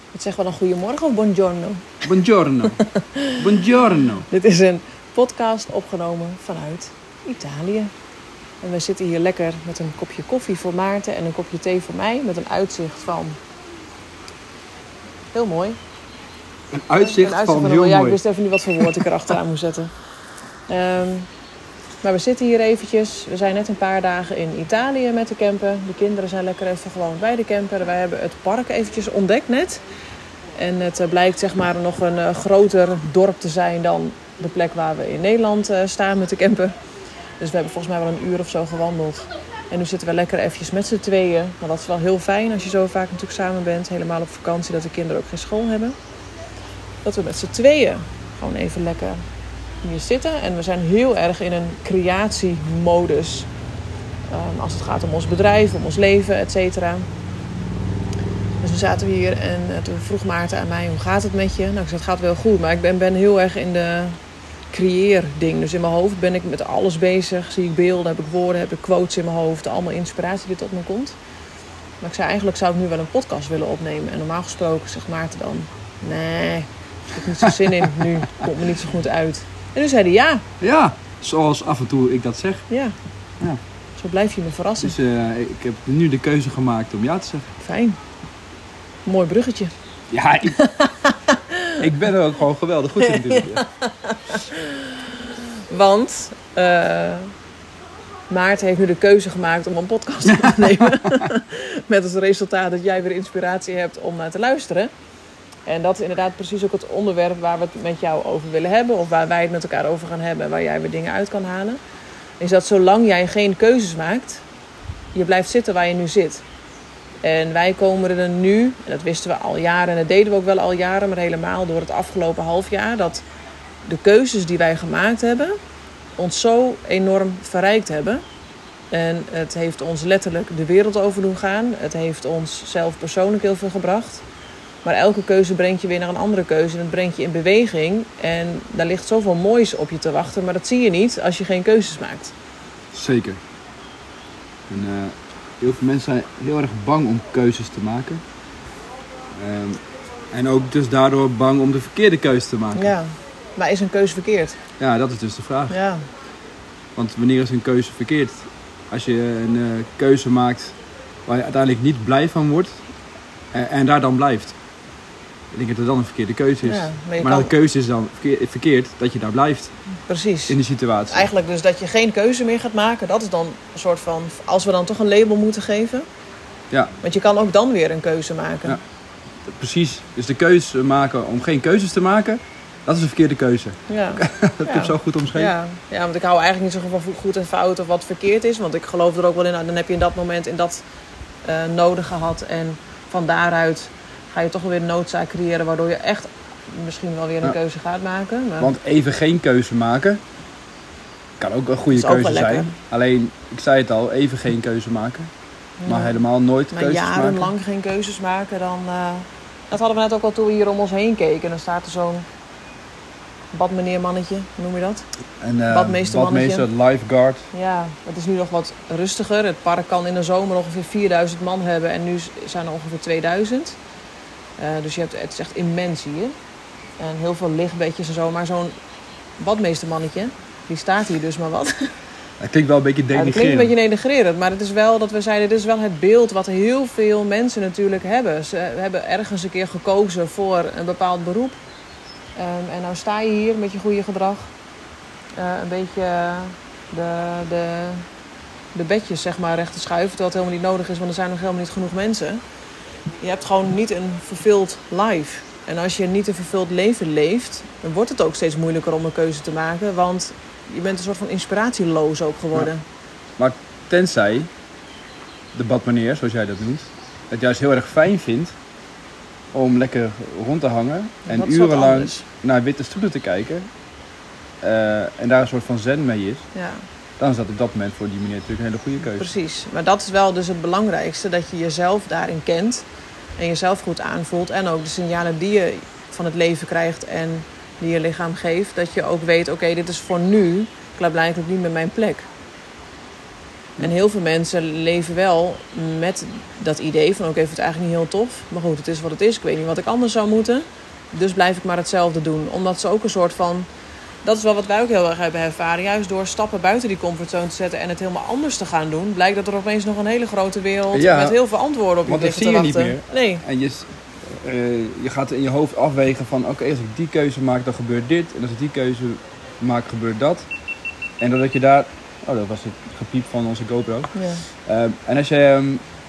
Het zegt wel een goeiemorgen of buongiorno? Buongiorno. Buongiorno. Dit is een podcast opgenomen vanuit Italië. En we zitten hier lekker met een kopje koffie voor Maarten en een kopje thee voor mij. Met een uitzicht van... Heel mooi. Een uitzicht van heel mooi. Ja, ik wist even niet wat voor woord ik erachteraan moest zetten. Maar we zitten hier eventjes. We zijn net een paar dagen in Italië met de camper. De kinderen zijn lekker even gewoon bij de camper. Wij hebben het park eventjes ontdekt net. En het blijkt zeg maar nog een groter dorp te zijn dan de plek waar we in Nederland staan met de camper. Dus we hebben volgens mij wel een uur of zo gewandeld. En nu zitten we lekker eventjes met z'n tweeën. Maar dat is wel heel fijn als je zo vaak natuurlijk samen bent. Helemaal op vakantie, dat de kinderen ook geen school hebben. Dat we met z'n tweeën gewoon even lekker hier zitten. En we zijn heel erg in een creatiemodus. Als het gaat om ons bedrijf, om ons leven, et cetera. Dus toen zaten we hier en toen vroeg Maarten aan mij, hoe gaat het met je? Nou, ik zei, het gaat wel goed. Maar ik ben heel erg in de creëerding. Dus in mijn hoofd ben ik met alles bezig. Zie ik beelden, heb ik woorden, heb ik quotes in mijn hoofd. Allemaal inspiratie die tot me komt. Maar ik zei, eigenlijk zou ik nu wel een podcast willen opnemen. En normaal gesproken zegt Maarten dan, nee, ik heb niet zo zin in nu. Komt me niet zo goed uit. En nu zei hij ja. Ja, zoals af en toe ik dat zeg. Ja. Zo blijf je me verrassen. Dus ik heb nu de keuze gemaakt om ja te zeggen. Fijn. Mooi bruggetje. Ja, ik ben er ook gewoon geweldig goed in natuurlijk. Ja. Want Maarten heeft nu de keuze gemaakt om een podcast te opnemen. Met als resultaat dat jij weer inspiratie hebt om naar te luisteren. En dat is inderdaad precies ook het onderwerp waar we het met jou over willen hebben. Of waar wij het met elkaar over gaan hebben. Waar jij weer dingen uit kan halen. Is dat zolang jij geen keuzes maakt, je blijft zitten waar je nu zit. En wij komen er nu, en dat wisten we al jaren. En dat deden we ook wel al jaren. Maar helemaal door het afgelopen half jaar. Dat de keuzes die wij gemaakt hebben ons zo enorm verrijkt hebben. En het heeft ons letterlijk de wereld over doen gaan. Het heeft ons zelf persoonlijk heel veel gebracht. Maar elke keuze brengt je weer naar een andere keuze. En dat brengt je in beweging. En daar ligt zoveel moois op je te wachten. Maar dat zie je niet als je geen keuzes maakt. Zeker. En heel veel mensen zijn heel erg bang om keuzes te maken. En ook dus daardoor bang om de verkeerde keuze te maken. Ja, maar is een keuze verkeerd? Ja, dat is dus de vraag. Ja. Want wanneer is een keuze verkeerd? Als je een keuze maakt waar je uiteindelijk niet blij van wordt en daar dan blijft. Ik denk dat het dan een verkeerde keuze is. Ja, maar de keuze is dan verkeerd dat je daar blijft. Precies. In die situatie. Eigenlijk dus dat je geen keuze meer gaat maken. Dat is dan een soort van, als we dan toch een label moeten geven. Ja. Want je kan ook dan weer een keuze maken. Ja. Precies. Dus de keuze maken om geen keuzes te maken, dat is een verkeerde keuze. Ja. Dat heb je zo goed omschreven. Ja, want ik hou eigenlijk niet zo van goed en fout of wat verkeerd is. Want ik geloof er ook wel in, dan heb je in dat moment in dat nodig gehad. En van daaruit ga je toch wel weer een noodzaak creëren, waardoor je echt misschien wel weer een keuze gaat maken. Maar... Want even geen keuze maken kan ook een goede keuze zijn. Alleen, ik zei het al, even geen keuze maken. Ja. Maar helemaal nooit keuzes maken. Maar jarenlang geen keuzes maken, dan... Dat hadden we net ook al toen we hier om ons heen keken. Dan staat er zo'n badmeneermannetje, hoe noem je dat? Een badmeester, lifeguard. Ja, het is nu nog wat rustiger. Het park kan in de zomer ongeveer 4000 man hebben en nu zijn er ongeveer 2000. Dus het is echt immens hier. En heel veel lichtbedjes en zo. Maar zo'n badmeestermannetje, die staat hier dus maar wat. Dat klinkt wel een beetje denigrerend. Het klinkt een beetje denigrerend. Maar het is wel dat we zeiden, dit is wel het beeld wat heel veel mensen natuurlijk hebben. Ze hebben ergens een keer gekozen voor een bepaald beroep. En nou sta je hier met je goede gedrag. Een beetje de bedjes zeg maar recht te schuiven. Terwijl het helemaal niet nodig is, want er zijn nog helemaal niet genoeg mensen. Je hebt gewoon niet een fulfilled life. En als je niet een fulfilled leven leeft, dan wordt het ook steeds moeilijker om een keuze te maken. Want je bent een soort van inspiratieloos ook geworden. Ja. Maar tenzij de badmeneer, zoals jij dat noemt, het juist heel erg fijn vindt om lekker rond te hangen en urenlang naar witte stoelen te kijken en daar een soort van zen mee is, dan is dat op dat moment voor die meneer natuurlijk een hele goede keuze. Precies, maar dat is wel dus het belangrijkste, dat je jezelf daarin kent en jezelf goed aanvoelt en ook de signalen die je van het leven krijgt en die je lichaam geeft, dat je ook weet, oké, dit is voor nu klaarblijkelijk niet meer mijn plek. En heel veel mensen leven wel met dat idee van... oké, ik vind het eigenlijk niet heel tof. Maar goed, het is wat het is. Ik weet niet wat ik anders zou moeten. Dus blijf ik maar hetzelfde doen. Omdat ze ook een soort van... Dat is wel wat wij ook heel erg hebben ervaren. Juist door stappen buiten die comfortzone te zetten en het helemaal anders te gaan doen... blijkt dat er opeens nog een hele grote wereld met heel veel antwoorden op je liggen te wachten. Want dat zie je niet meer. Nee. En je gaat in je hoofd afwegen van... oké, als ik die keuze maak, dan gebeurt dit. En als ik die keuze maak, gebeurt dat. En doordat je daar... Oh, dat was het gepiep van onze GoPro. Ja. En als je...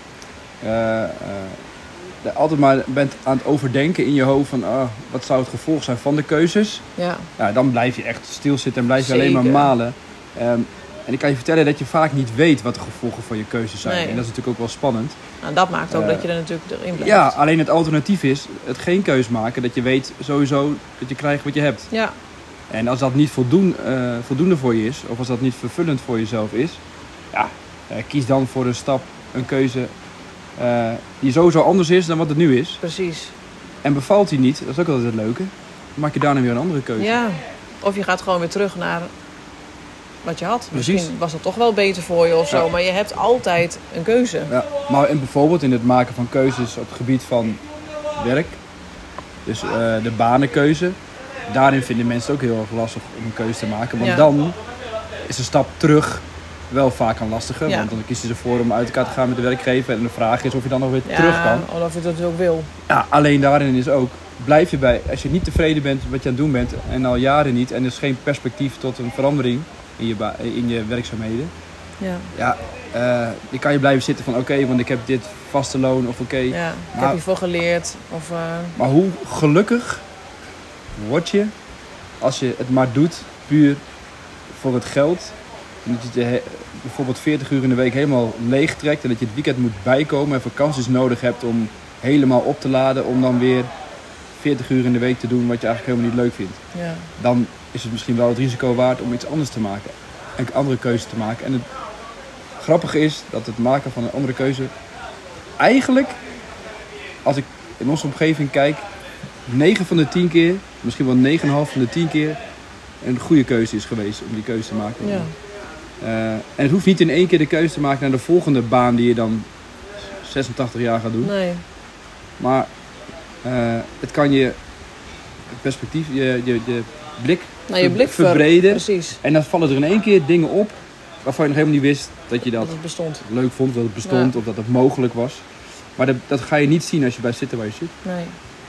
altijd maar bent aan het overdenken in je hoofd van wat zou het gevolg zijn van de keuzes. Ja, dan blijf je echt stilzitten en blijf je alleen maar malen. En ik kan je vertellen dat je vaak niet weet wat de gevolgen van je keuzes zijn. Nee. En dat is natuurlijk ook wel spannend. Nou, dat maakt ook dat je er natuurlijk erin blijft. Ja, alleen het alternatief is het geen keus maken. Dat je weet sowieso dat je krijgt wat je hebt. Ja. En als dat niet voldoende voor je is, of als dat niet vervullend voor jezelf is, kies dan voor een stap, een keuze die sowieso anders is dan wat het nu is. Precies. En bevalt die niet, dat is ook altijd het leuke, dan maak je daarna weer een andere keuze. Ja, of je gaat gewoon weer terug naar wat je had. Precies. Misschien was dat toch wel beter voor je of zo, maar je hebt altijd een keuze. Ja, maar bijvoorbeeld in het maken van keuzes op het gebied van werk, dus de banenkeuze, daarin vinden mensen het ook heel erg lastig om een keuze te maken. Want dan is de stap terug wel vaak een lastige. Want dan kiezen ze ervoor om uit elkaar te gaan met de werkgever. En de vraag is of je dan nog weer terug kan. Ja, of je dat ook wil. Ja, alleen daarin is ook, blijf je bij, als je niet tevreden bent met wat je aan het doen bent. En al jaren niet. En er is geen perspectief tot een verandering in je werkzaamheden. Je kan je blijven zitten van oké, want ik heb dit vaste loon. Of ik heb hiervoor geleerd. Of, Maar hoe gelukkig word je als je het maar doet puur voor het geld. En dat je bijvoorbeeld 40 uur in de week helemaal leeg trekt. En dat je het weekend moet bijkomen en vakanties nodig hebt om helemaal op te laden. Om dan weer 40 uur in de week te doen wat je eigenlijk helemaal niet leuk vindt. Ja. Dan is het misschien wel het risico waard om iets anders te maken. Een andere keuze te maken. En het grappige is dat het maken van een andere keuze eigenlijk, als ik in onze omgeving kijk, 9 van de 10 keer, misschien wel 9,5 van de 10 keer, een goede keuze is geweest om die keuze te maken. Ja. En het hoeft niet in één keer de keuze te maken naar de volgende baan die je dan 86 jaar gaat doen. Nee. Maar het kan je perspectief, je blik, verbreden. Precies. En dan vallen er in één keer dingen op waarvan je nog helemaal niet wist dat je dat het bestond. Leuk vond, dat het bestond of dat het mogelijk was. Maar dat ga je niet zien als je bij zit waar je zit. Nee.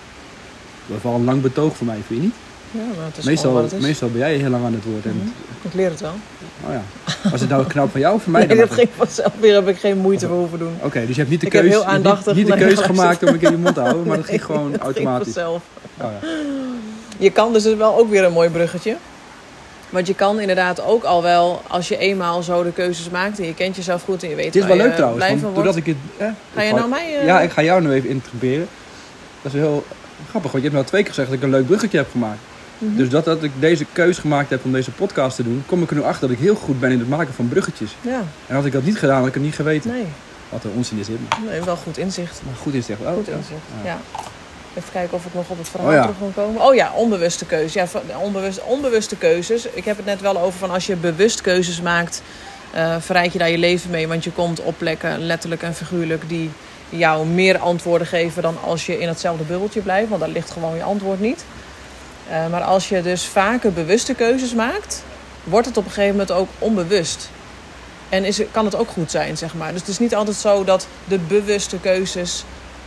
Dat is wel een lang betoog voor mij, vind je niet? Ja, maar het is meestal ben jij heel lang aan het woord. Mm-hmm. Ik leer het wel. Oh ja. Was het nou knap van jou of van mij? Nee, dat ging vanzelf weer. Heb ik geen moeite voor hoeven doen. Oké, dus je hebt niet de keuze, niet de keuze gemaakt om een keer je mond te houden, maar dat ging gewoon dat automatisch. Ging vanzelf. Oh ja. Je kan dus wel ook weer een mooi bruggetje. Want je kan inderdaad ook al wel, als je eenmaal zo de keuzes maakt en je kent jezelf goed en je weet het is waar wel je leuk trouwens, blij van doordat wordt. ik het... Ga je nou mij... Ja, ik ga jou nu even intriberen. Dat is heel grappig, want je hebt nou 2 keer gezegd dat ik een leuk bruggetje heb gemaakt. Mm-hmm. Dus dat ik deze keus gemaakt heb om deze podcast te doen, kom ik er nu achter dat ik heel goed ben in het maken van bruggetjes. Ja. En had ik dat niet gedaan, had ik het niet geweten. Nee. Wat er onzin is in. Nee, wel goed inzicht. Maar goed inzicht. Oh, goed inzicht, ja. Even kijken of ik nog op het verhaal terug kan komen. Oh ja, onbewuste keuzes. Ja, onbewuste keuzes. Ik heb het net wel over van als je bewust keuzes maakt, verrijk je daar je leven mee. Want je komt op plekken, letterlijk en figuurlijk, die jou meer antwoorden geven dan als je in hetzelfde bubbeltje blijft. Want daar ligt gewoon je antwoord niet. Maar als je dus vaker bewuste keuzes maakt, wordt het op een gegeven moment ook onbewust. En kan het ook goed zijn, zeg maar. Dus het is niet altijd zo dat de bewuste keuzes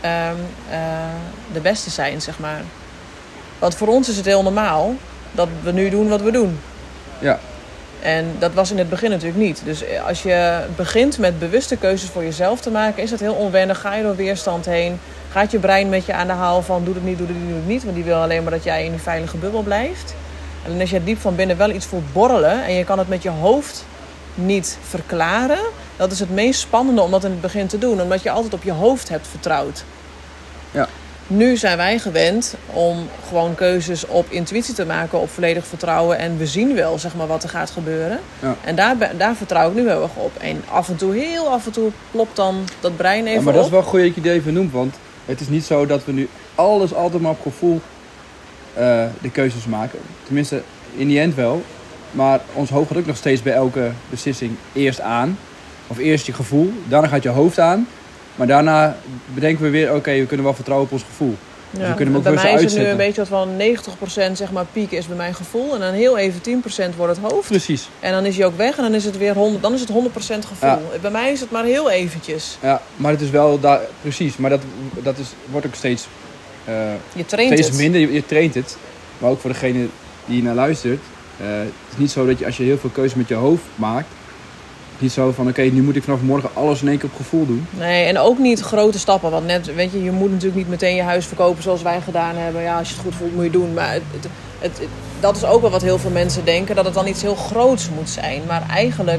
de beste zijn, zeg maar. Want voor ons is het heel normaal dat we nu doen wat we doen. Ja. En dat was in het begin natuurlijk niet. Dus als je begint met bewuste keuzes voor jezelf te maken, is dat heel onwennig. Ga je door weerstand heen. Gaat je brein met je aan de haal van doe het niet, doe het niet, doe het niet. Want die wil alleen maar dat jij in die veilige bubbel blijft. En als je diep van binnen wel iets voelt borrelen en je kan het met je hoofd niet verklaren, dat is het meest spannende om dat in het begin te doen. Omdat je altijd op je hoofd hebt vertrouwd. Ja. Nu zijn wij gewend om gewoon keuzes op intuïtie te maken, op volledig vertrouwen. En we zien wel, zeg maar, wat er gaat gebeuren. Ja. En daar vertrouw ik nu heel erg op. En heel af en toe plopt dan dat brein even op. Maar dat is wel goed dat je die even noemt. Want het is niet zo dat we nu alles altijd maar op gevoel de keuzes maken. Tenminste, in die end wel. Maar ons hoofd gaat ook nog steeds bij elke beslissing eerst aan. Of eerst je gevoel, daarna gaat je hoofd aan. Maar daarna bedenken we weer, oké, we kunnen wel vertrouwen op ons gevoel. Dus we kunnen hem ook bij mij is het uitzetten. nu een beetje wat van 90% zeg maar piek is bij mijn gevoel. En dan heel even 10% wordt het hoofd. Precies. En dan is hij ook weg en dan is het weer 100%, dan is het 100% gevoel. Ja. Bij mij is het maar heel eventjes. Ja, maar het is wel daar precies. Maar dat wordt ook steeds, Je traint steeds het. minder. Je traint het. Maar ook voor degene die hier naar luistert. Het is niet zo dat je als je heel veel keuzes met je hoofd maakt. Niet zo van oké, nu moet ik vanaf morgen alles in één keer op gevoel doen. Nee, en ook niet grote stappen. Want net, weet je moet natuurlijk niet meteen je huis verkopen zoals wij gedaan hebben. Ja, als je het goed voelt moet je doen. Maar dat is ook wel wat heel veel mensen denken. Dat het dan iets heel groots moet zijn. Maar eigenlijk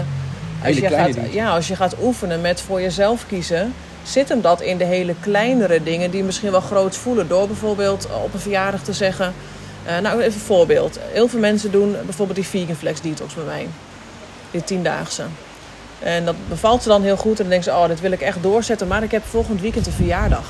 als je gaat oefenen met voor jezelf kiezen, zit hem dat in de hele kleinere dingen die misschien wel groots voelen. Door bijvoorbeeld op een verjaardag te zeggen. Nou, even een voorbeeld. Heel veel mensen doen bijvoorbeeld die Vegan Flex Detox bij mij. Die 10-daagse. En dat bevalt ze dan heel goed. En dan denken ze, oh, dit wil ik echt doorzetten. Maar ik heb volgend weekend een verjaardag.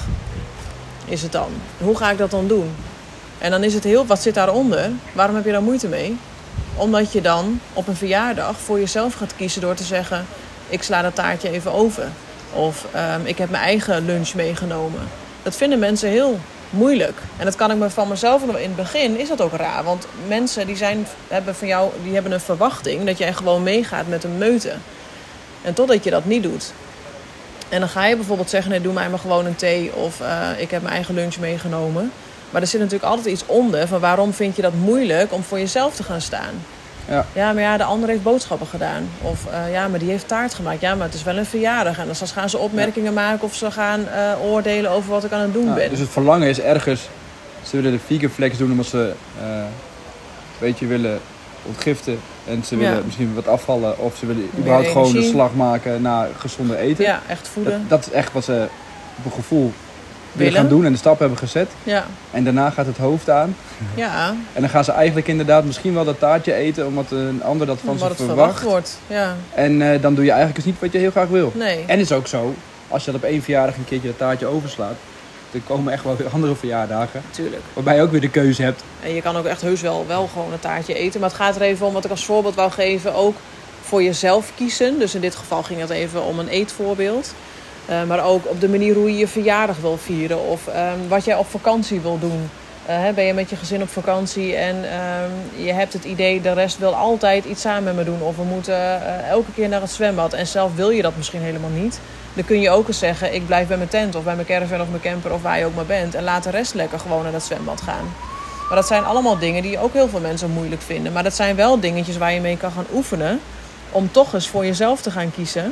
Is het dan. Hoe ga ik dat dan doen? En dan is het wat zit daaronder? Waarom heb je daar moeite mee? Omdat je dan op een verjaardag voor jezelf gaat kiezen door te zeggen, ik sla dat taartje even over. Of ik heb mijn eigen lunch meegenomen. Dat vinden mensen heel moeilijk. En dat kan ik me van mezelf, in het begin is dat ook raar. Want mensen die hebben een verwachting dat jij gewoon meegaat met een meute. En totdat je dat niet doet. En dan ga je bijvoorbeeld zeggen, nee, doe mij maar gewoon een thee. Of ik heb mijn eigen lunch meegenomen. Maar er zit natuurlijk altijd iets onder van waarom vind je dat moeilijk om voor jezelf te gaan staan. Ja, maar de ander heeft boodschappen gedaan. Of maar die heeft taart gemaakt. Ja, maar het is wel een verjaardag. En dan gaan ze opmerkingen maken of ze gaan oordelen over wat ik aan het doen ben. Dus het verlangen is ergens, ze willen de Vegan Flex doen omdat ze een beetje willen ontgiften. En ze willen misschien wat afvallen. Of ze willen überhaupt gewoon de slag maken naar gezonder eten. Ja, echt voeden. Dat is echt wat ze op een gevoel willen gaan doen en de stap hebben gezet. Ja. En daarna gaat het hoofd aan. Ja. En dan gaan ze eigenlijk inderdaad misschien wel dat taartje eten, omdat een ander dat van ze verwacht wordt. Ja. En dan doe je eigenlijk dus niet wat je heel graag wil. Nee. En het is ook zo, als je dat op één verjaardag een keertje dat taartje overslaat, dan komen echt wel weer andere verjaardagen. Tuurlijk. Waarbij je ook weer de keuze hebt. En je kan ook echt heus wel gewoon een taartje eten. Maar het gaat er even om, wat ik als voorbeeld wou geven, ook voor jezelf kiezen. Dus in dit geval ging het even om een eetvoorbeeld. Maar ook op de manier hoe je je verjaardag wil vieren. Of wat jij op vakantie wil doen. Ben je met je gezin op vakantie en je hebt het idee, de rest wil altijd iets samen met me doen. Of we moeten elke keer naar het zwembad. En zelf wil je dat misschien helemaal niet. Dan kun je ook eens zeggen, ik blijf bij mijn tent of bij mijn caravan of mijn camper of waar je ook maar bent. En laat de rest lekker gewoon naar dat zwembad gaan. Maar dat zijn allemaal dingen die ook heel veel mensen moeilijk vinden. Maar dat zijn wel dingetjes waar je mee kan gaan oefenen. Om toch eens voor jezelf te gaan kiezen.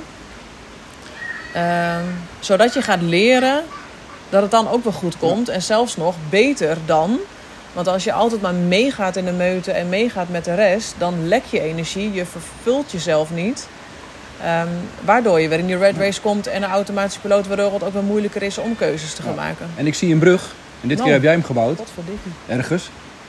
Zodat je gaat leren dat het dan ook wel goed komt. En zelfs nog beter dan. Want als je altijd maar meegaat in de meute en meegaat met de rest, dan lek je energie. Je vervult jezelf niet. Waardoor je weer in die red race komt en een automatische piloot, waardoor het ook wel moeilijker is om keuzes te gaan maken. En ik zie een brug. En dit keer heb jij hem gebouwd. Wat voor dikkie. Ergens.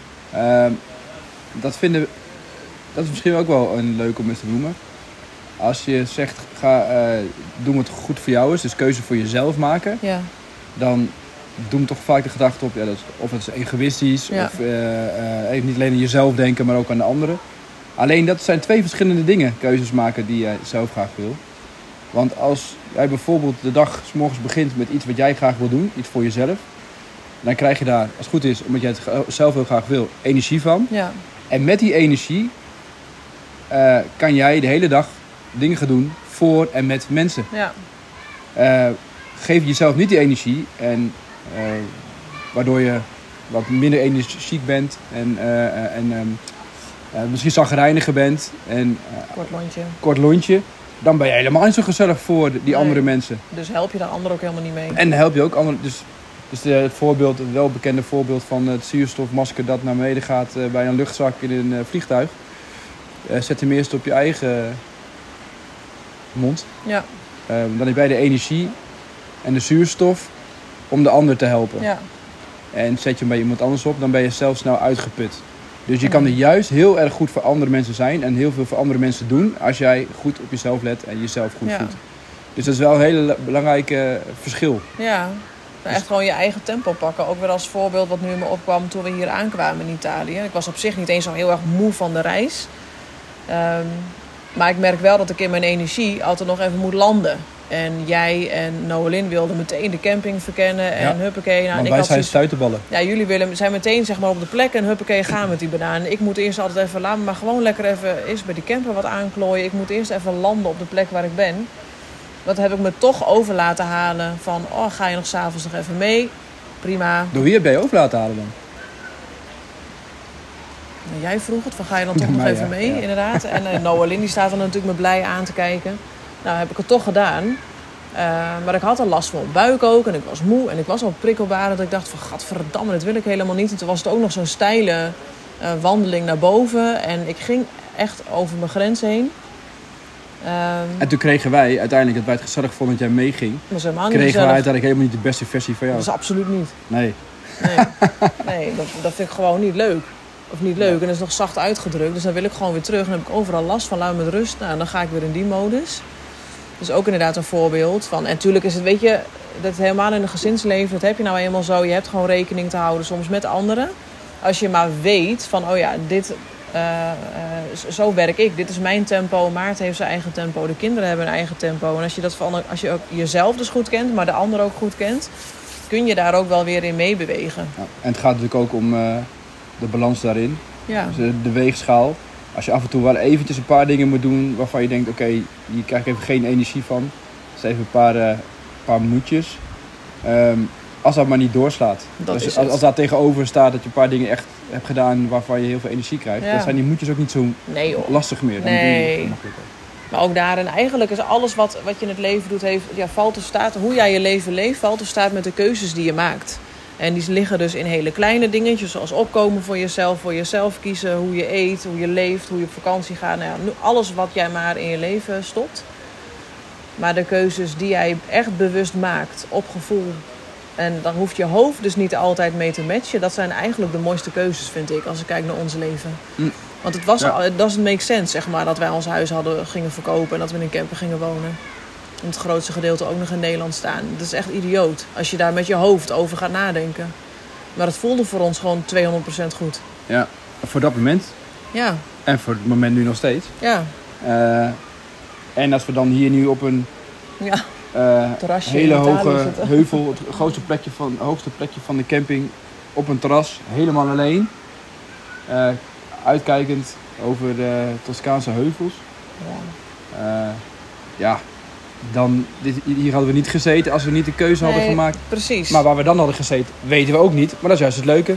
Dat is misschien ook wel een leuk om eens te noemen. Als je zegt, doe wat goed voor jou is, dus keuze voor jezelf maken. Ja. Dan doen toch vaak de gedachte op, of het is egoïstisch, of niet alleen aan jezelf denken, maar ook aan de anderen. Alleen dat zijn twee verschillende dingen, keuzes maken die jij zelf graag wil. Want als jij bijvoorbeeld de dag 's morgens begint met iets wat jij graag wil doen, iets voor jezelf, dan krijg je daar, als het goed is, omdat jij het zelf heel graag wil, energie van. Ja. En met die energie kan jij de hele dag dingen gaan doen voor en met mensen. Ja. Geef jezelf niet die energie en waardoor je wat minder energiek bent en misschien chagrijniger bent en kort lontje, dan ben je helemaal niet zo gezellig voor die andere mensen. Dus help je daar anderen ook helemaal niet mee. En help je ook anderen. Dus het welbekende voorbeeld van het zuurstofmasker dat naar beneden gaat bij een luchtzak in een vliegtuig. Zet hem eerst op je eigen mond. Ja. Dan heb jij de energie en de zuurstof om de ander te helpen. Ja. En zet je hem bij iemand anders op, dan ben je zelf snel uitgeput. Dus je kan er juist heel erg goed voor andere mensen zijn en heel veel voor andere mensen doen als jij goed op jezelf let en jezelf goed voelt. Dus dat is wel een hele belangrijke verschil. Ja, echt gewoon je eigen tempo pakken. Ook weer als voorbeeld wat nu in me opkwam toen we hier aankwamen in Italië. Ik was op zich niet eens zo heel erg moe van de reis. Maar ik merk wel dat ik in mijn energie altijd nog even moet landen. En jij en Noelin wilden meteen de camping verkennen. En huppakee. Nou, want wij zijn stuiterballen. Ja, jullie zijn meteen zeg maar op de plek. En huppakee, gaan met die banaan. Ik moet eerst altijd even, laat me maar gewoon lekker even eerst bij die camper wat aanklooien. Ik moet eerst even landen op de plek waar ik ben. Dat heb ik me toch over laten halen. Van, ga je nog 's avonds nog even mee? Prima. Door wie heb je over laten halen dan? Nou, jij vroeg het, van ga je dan toch nog even mee? Ja. Inderdaad. En Noelin die staat er natuurlijk me blij aan te kijken. Nou, heb ik het toch gedaan. Maar ik had al last van mijn buik ook. En ik was moe en ik was al prikkelbaar. Dat ik dacht van, gadverdamme, dat wil ik helemaal niet. En toen was het ook nog zo'n steile wandeling naar boven. En ik ging echt over mijn grens heen. En toen kregen wij uiteindelijk, dat wij het gezellig vonden dat jij meeging. Kregen wij uiteindelijk helemaal niet de beste versie van jou. Dat is absoluut niet. Nee, dat vind ik gewoon niet leuk. Of niet leuk. En dat is nog zacht uitgedrukt. Dus dan wil ik gewoon weer terug. En dan heb ik overal last van. Laat me met rust. Nou, dan ga ik weer in die modus. Dus ook inderdaad een voorbeeld van. En natuurlijk is het, weet je, dat helemaal in een gezinsleven, dat heb je nou eenmaal zo. Je hebt gewoon rekening te houden soms met anderen. Als je maar weet van, dit, zo werk ik. Dit is mijn tempo. Maarten heeft zijn eigen tempo. De kinderen hebben een eigen tempo. En als je ook jezelf dus goed kent, maar de ander ook goed kent, kun je daar ook wel weer in meebewegen. Ja, en het gaat natuurlijk ook om de balans daarin. Ja. Dus de weegschaal. Als je af en toe wel eventjes een paar dingen moet doen waarvan je denkt, oké, hier krijg ik even geen energie van. Dus even een paar minuutjes. Als dat maar niet doorslaat. Dus als daar tegenover staat dat je een paar dingen echt hebt gedaan waarvan je heel veel energie krijgt. Dan zijn die moedjes ook niet zo lastig meer. Dan nee. Maar ook daarin eigenlijk is alles wat je in het leven doet, valt of staat. Hoe jij je leven leeft, valt of staat met de keuzes die je maakt. En die liggen dus in hele kleine dingetjes, zoals opkomen voor jezelf kiezen, hoe je eet, hoe je leeft, hoe je op vakantie gaat. Nou ja, alles wat jij maar in je leven stopt. Maar de keuzes die jij echt bewust maakt, op gevoel. En dan hoeft je hoofd dus niet altijd mee te matchen. Dat zijn eigenlijk de mooiste keuzes, vind ik, als ik kijk naar ons leven. Want het doesn't make sense, zeg maar, dat wij ons huis gingen verkopen en dat we in een camper gingen wonen. En het grootste gedeelte ook nog in Nederland staan. Dat is echt idioot. Als je daar met je hoofd over gaat nadenken. Maar het voelde voor ons gewoon 200% goed. Ja, voor dat moment. Ja. En voor het moment nu nog steeds. Ja. En als we dan hier nu op een hele hoge heuvel, het hoogste plekje van de camping, op een terras, helemaal alleen. Uitkijkend over de Toscaanse heuvels. Ja. Hier hadden we niet gezeten als we niet de keuze hadden gemaakt. Precies. Maar waar we dan hadden gezeten, weten we ook niet. Maar dat is juist het leuke.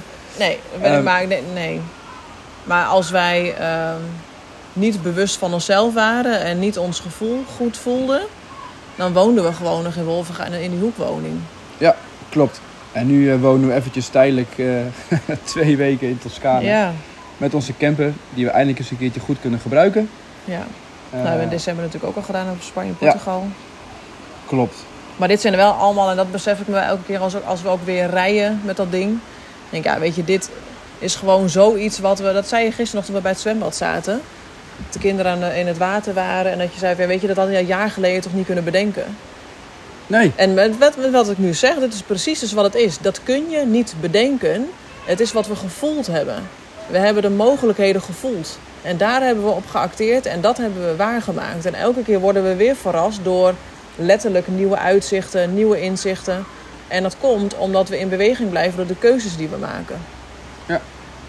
Nee. Maar als wij niet bewust van onszelf waren en niet ons gevoel goed voelden, dan woonden we gewoon nog in Wolvenga in die hoekwoning. Ja, klopt. En nu wonen we eventjes tijdelijk 2 weken in Toscane. Ja. Met onze camper, die we eindelijk eens een keertje goed kunnen gebruiken. Ja. We hebben in december natuurlijk ook al gedaan over Spanje en Portugal. Ja, klopt. Maar dit zijn er wel allemaal, en dat besef ik me elke keer als we ook weer rijden met dat ding. Ik denk, weet je, dit is gewoon zoiets wat dat zei je gisteren nog toen we bij het zwembad zaten. De kinderen in het water waren en dat je zei, weet je, dat had je een jaar geleden toch niet kunnen bedenken. Nee. En met wat ik nu zeg, dit is precies dus wat het is. Dat kun je niet bedenken. Het is wat we gevoeld hebben. We hebben de mogelijkheden gevoeld. En daar hebben we op geacteerd en dat hebben we waargemaakt. En elke keer worden we weer verrast door letterlijk nieuwe uitzichten, nieuwe inzichten. En dat komt omdat we in beweging blijven door de keuzes die we maken. Ja.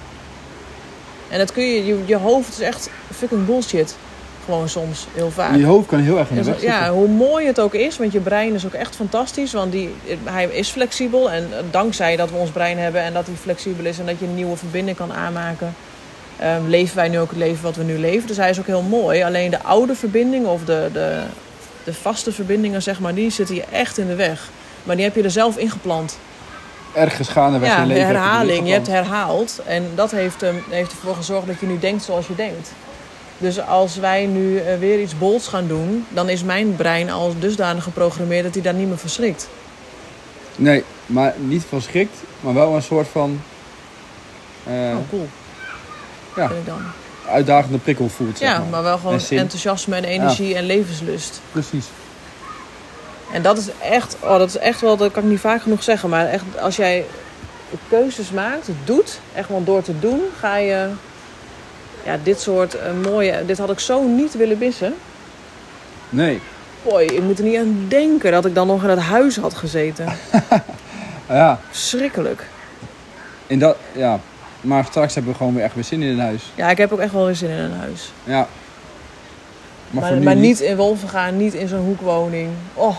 En dat kun je hoofd is echt fucking bullshit. Gewoon soms, heel vaak. Je hoofd kan heel erg in de weg zitten. Ja, hoe mooi het ook is, want je brein is ook echt fantastisch. Want hij is flexibel en dankzij dat we ons brein hebben en dat hij flexibel is en dat je een nieuwe verbinding kan aanmaken, leven wij nu ook het leven wat we nu leven. Dus hij is ook heel mooi. Alleen de oude verbindingen of de vaste verbindingen, zeg maar, die zitten je echt in de weg. Maar die heb je er zelf ingeplant. Ergens gaandeweg in je leven. Herhaling. Je hebt herhaald. En dat heeft ervoor gezorgd dat je nu denkt zoals je denkt. Dus als wij nu weer iets bols gaan doen, dan is mijn brein al dusdanig geprogrammeerd dat hij daar niet meer van schrikt. Nee, maar niet van schrikt, maar wel een soort van cool. Ja, vind ik dan. Uitdagende prikkel voelt. Zeg maar wel gewoon enthousiasme en energie en levenslust. Precies. En dat is echt wel, dat kan ik niet vaak genoeg zeggen, maar echt als jij keuzes maakt, doet, echt wel door te doen, ga je Ja, dit soort mooie... Dit had ik zo niet willen missen. Nee. Boy, ik moet er niet aan denken dat ik dan nog in het huis had gezeten. Ja. Verschrikkelijk. Ja. Maar straks hebben we gewoon weer echt weer zin in een huis. Ja, ik heb ook echt wel weer zin in een huis. Ja. Maar niet in Wolvenga, niet in zo'n hoekwoning. Oh.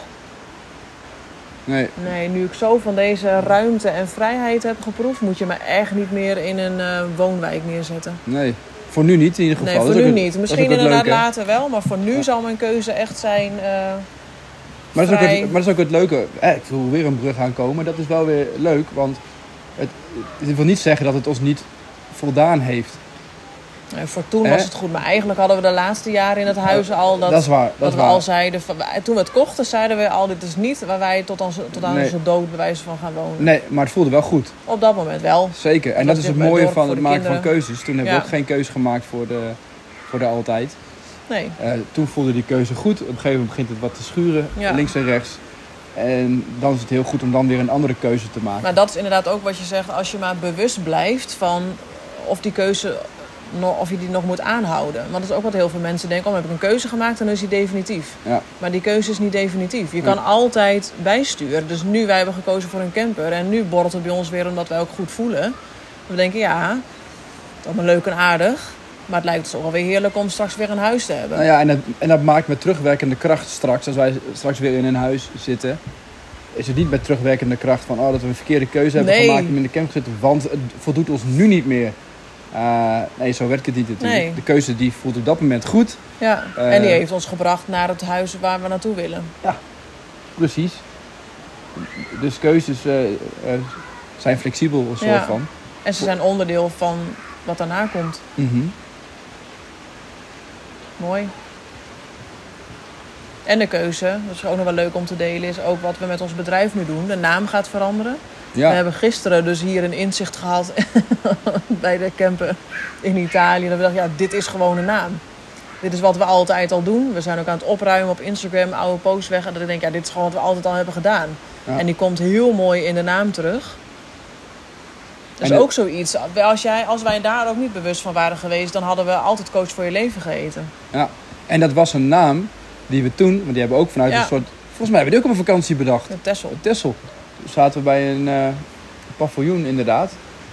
Nee, nu ik zo van deze ruimte en vrijheid heb geproefd, moet je me echt niet meer in een woonwijk neerzetten. Nee, voor nu niet in ieder geval. Nee, voor nu niet. Misschien inderdaad later wel, maar voor nu zal mijn keuze echt zijn maar dat is ook het leuke. Ik wil weer een brug aankomen. Dat is wel weer leuk, want het wil niet zeggen dat het ons niet voldaan heeft. Voor toen was het goed, maar eigenlijk hadden we de laatste jaren in het huis al dat is waar, dat we al zeiden. Toen we het kochten, zeiden we al: dit is niet waar wij tot aan onze dood bewijzen van gaan wonen. Nee, maar het voelde wel goed. Op dat moment wel. Zeker, en dat is het mooie van het maken van keuzes. Toen hebben we ook geen keuze gemaakt voor de altijd. Nee. Toen voelde die keuze goed. Op een gegeven moment begint het wat te schuren, links en rechts. En dan is het heel goed om dan weer een andere keuze te maken. Maar dat is inderdaad ook wat je zegt, als je maar bewust blijft van of die keuze, of je die nog moet aanhouden. Want dat is ook wat heel veel mensen denken, heb ik een keuze gemaakt, dan is die definitief. Ja. Maar die keuze is niet definitief. Je kan altijd bijsturen. Dus nu, wij hebben gekozen voor een camper en nu borrelt het bij ons weer omdat wij ook goed voelen. We denken, ja, het is allemaal leuk en aardig. Maar het lijkt ons ook wel weer heerlijk om straks weer een huis te hebben. Nou ja, en dat maakt met terugwerkende kracht straks, als wij straks weer in een huis zitten, is het niet met terugwerkende kracht van dat we een verkeerde keuze hebben gemaakt om in de camper te zitten, want het voldoet ons nu niet meer. Nee, zo werkt het niet natuurlijk. Nee. De keuze die voelt op dat moment goed. Ja, en die heeft ons gebracht naar het huis waar we naartoe willen. Ja, precies. Dus keuzes zijn flexibel, een soort van. En ze zijn onderdeel van wat daarna komt. Mm-hmm. Mooi. En de keuze, dat is ook nog wel leuk om te delen, is ook wat we met ons bedrijf nu doen. De naam gaat veranderen. Ja. We hebben gisteren dus hier een inzicht gehad bij de camper in Italië. Dat we dachten, dit is gewoon een naam. Dit is wat we altijd al doen. We zijn ook aan het opruimen op Instagram, oude posts weg. En dat ik denk, dit is gewoon wat we altijd al hebben gedaan. Ja. En die komt heel mooi in de naam terug. Dat is ook zoiets. Als wij daar ook niet bewust van waren geweest, dan hadden we altijd Coach voor je leven geheten. Ja, en dat was een naam die we toen, want die hebben we ook vanuit een soort, volgens mij hebben we die ook op een vakantie bedacht. Texel. Toen zaten we bij een paviljoen inderdaad.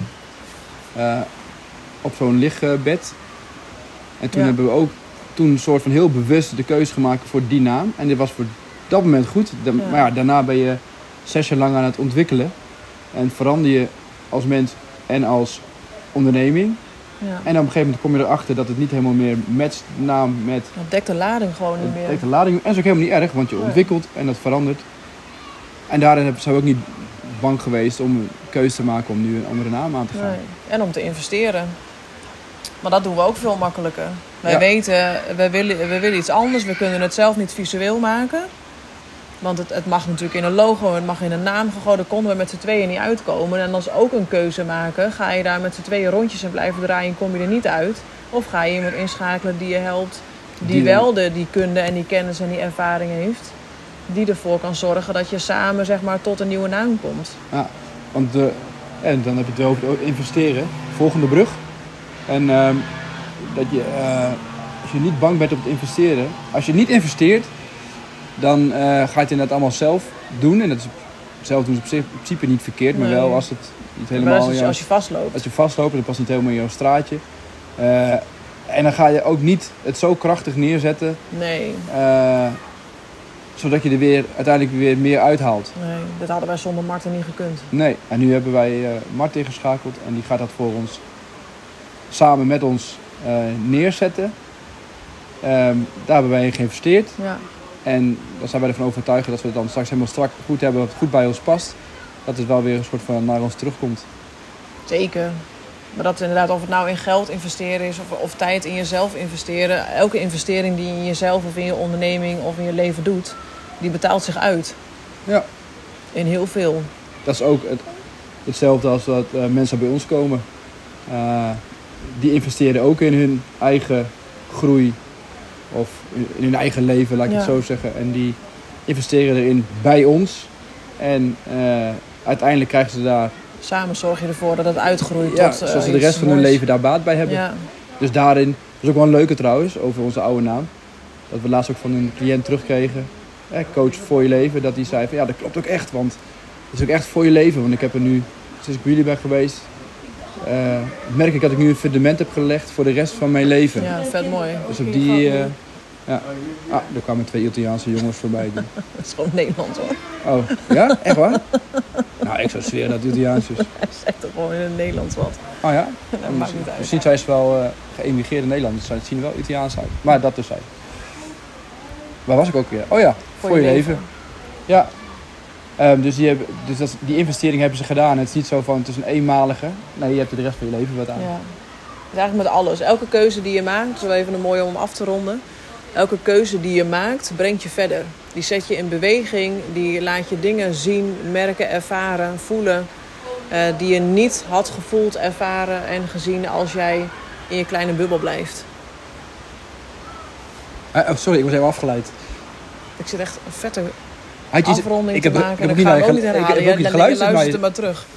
Op zo'n lichtbed. En toen hebben we ook een soort van heel bewust de keuze gemaakt voor die naam. En dit was voor dat moment goed. Maar daarna ben je 6 jaar lang aan het ontwikkelen. En verander je als mens en als onderneming. Ja. En op een gegeven moment kom je erachter dat het niet helemaal meer matcht de naam met... Dat dekt de lading gewoon niet meer. Dekt de lading. En dat is ook helemaal niet erg, want je ontwikkelt en dat verandert. En daarin zijn we ook niet bang geweest om een keuze te maken om nu een andere naam aan te gaan. Nee. En om te investeren. Maar dat doen we ook veel makkelijker. Wij weten, we willen iets anders. We kunnen het zelf niet visueel maken. Want het mag natuurlijk in een logo, het mag in een naam gegooid. Daar konden we met z'n tweeën niet uitkomen. En als we ook een keuze maken, ga je daar met z'n tweeën rondjes en blijven draaien en kom je er niet uit. Of ga je iemand inschakelen die je helpt, die wel die kunde en die kennis en die ervaring heeft. Die ervoor kan zorgen dat je samen tot een nieuwe naam komt. Ja, want en dan heb je het over investeren. Volgende brug. En dat je, als je niet bang bent op het investeren. Als je niet investeert, dan ga je het inderdaad allemaal zelf doen. En dat is zelf doen is in principe niet verkeerd. Maar wel als het niet helemaal... Maar als je vastloopt. Als je vastloopt, dan past niet helemaal in jouw straatje. En dan ga je ook niet het zo krachtig neerzetten. Nee. Zodat je er uiteindelijk weer meer uithaalt. Nee, dat hadden wij zonder Marten niet gekund. Nee, en nu hebben wij Marten ingeschakeld. En die gaat dat voor ons samen met ons neerzetten. Daar hebben wij in geïnvesteerd. Ja. En dan zijn wij ervan overtuigd dat we het dan straks helemaal strak goed hebben. Dat het goed bij ons past. Dat het wel weer een soort van naar ons terugkomt. Zeker. Maar dat inderdaad, of het nou in geld investeren is of tijd in jezelf investeren. Elke investering die je in jezelf of in je onderneming of in je leven doet, die betaalt zich uit. Ja. In heel veel. Dat is ook hetzelfde als dat mensen bij ons komen. Die investeren ook in hun eigen groei. Of in hun eigen leven, laat ik het zo zeggen. En die investeren erin bij ons. En uiteindelijk krijgen ze daar... Samen zorg je ervoor dat het uitgroeit tot zodat ze de rest van hun leven daar baat bij hebben. Ja. Dus daarin, dat is ook wel een leuke trouwens, over onze oude naam. Dat we laatst ook van een cliënt terugkregen, coach voor je leven, dat die zei van ja, dat klopt ook echt, want het is ook echt voor je leven. Want ik heb er nu, sinds ik bij jullie ben geweest, merk ik dat ik nu een fundament heb gelegd voor de rest van mijn leven. Ja, vet mooi. Dus op die, ja. Ah, er kwamen 2 Italiaanse jongens voorbij. Dat is gewoon Nederlands hoor. Oh, ja? Echt waar? Nou, ik zou zweren dat het Italiaans is. Hij zegt toch gewoon in het Nederlands wat. Oh ja? Dat maakt niet uit. Misschien zijn ze wel geëmigreerde Nederlanders. Dus ze zien er wel Italiaans uit. Maar dat dus zijn. Waar was ik ook weer? Oh ja, voor je leven. Ja. Dus die investering hebben ze gedaan. Het is niet zo van, het is een eenmalige. Nee, je hebt er de rest van je leven wat aan. Ja. Het is eigenlijk met alles. Elke keuze die je maakt, dat is wel even een mooie om af te ronden. Elke keuze die je maakt, brengt je verder. Die zet je in beweging. Die laat je dingen zien, merken, ervaren, voelen. Die je niet had gevoeld, ervaren en gezien als jij in je kleine bubbel blijft. Sorry, ik was even afgeleid. Ik zit echt een vette afronding te maken. En ik ga hem ook niet herhalen. Je luistert er maar terug.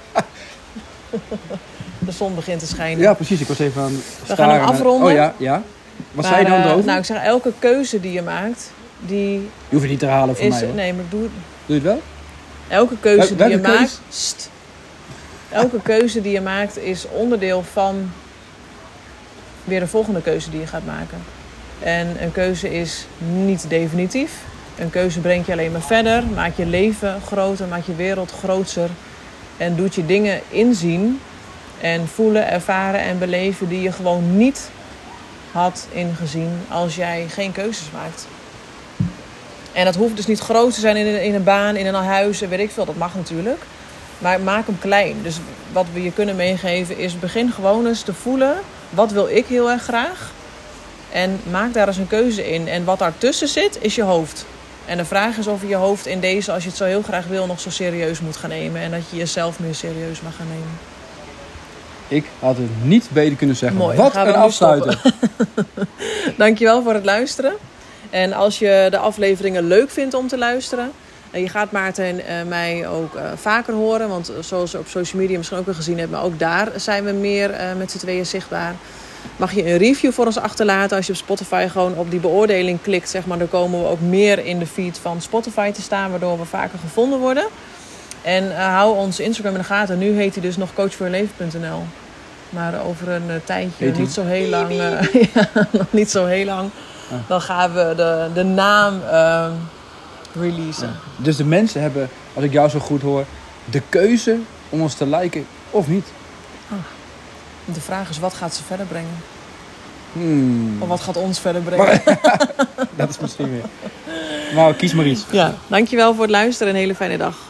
De zon begint te schijnen. Ja, precies. Ik was even aan het staren. We gaan hem afronden. Oh ja. Wat zei je dan erover? Nou, ik zeg, elke keuze die je maakt, die... Je hoeft het niet te herhalen voor mij, hoor. Nee, maar ik doe het... Doe je het wel? Elke keuze die je maakt... Elke keuze die je maakt is onderdeel van weer een volgende keuze die je gaat maken. En een keuze is niet definitief. Een keuze brengt je alleen maar verder, maakt je leven groter, maakt je wereld groter. En doet je dingen inzien en voelen, ervaren en beleven die je gewoon niet had ingezien als jij geen keuzes maakt. En dat hoeft dus niet groot te zijn in een baan, in een huis en weet ik veel. Dat mag natuurlijk. Maar maak hem klein. Dus wat we je kunnen meegeven is begin gewoon eens te voelen. Wat wil ik heel erg graag? En maak daar eens een keuze in. En wat daartussen zit, is je hoofd. En de vraag is of je je hoofd in deze, als je het zo heel graag wil, nog zo serieus moet gaan nemen. En dat je jezelf meer serieus mag gaan nemen. Ik had het niet beter kunnen zeggen. Mooi, wat een afsluiter. Dankjewel voor het luisteren. En als je de afleveringen leuk vindt om te luisteren, je gaat Maarten en mij ook vaker horen. Want zoals je op social media misschien ook al gezien hebt, maar ook daar zijn we meer met z'n tweeën zichtbaar. Mag je een review voor ons achterlaten. Als je op Spotify gewoon op die beoordeling klikt, zeg maar, dan komen we ook meer in de feed van Spotify te staan, waardoor we vaker gevonden worden. En hou ons Instagram in de gaten. Nu heet hij dus nog coachvoorjeleven.nl. Maar over een tijdje, niet zo heel lang, nog niet zo heel lang, dan gaan we de naam releasen. Ja. Dus de mensen hebben, als ik jou zo goed hoor, de keuze om ons te liken of niet. De vraag is, wat gaat ze verder brengen? Of wat gaat ons verder brengen? Maar, dat is misschien weer. Maar kies maar iets. Ja, dankjewel voor het luisteren en een hele fijne dag.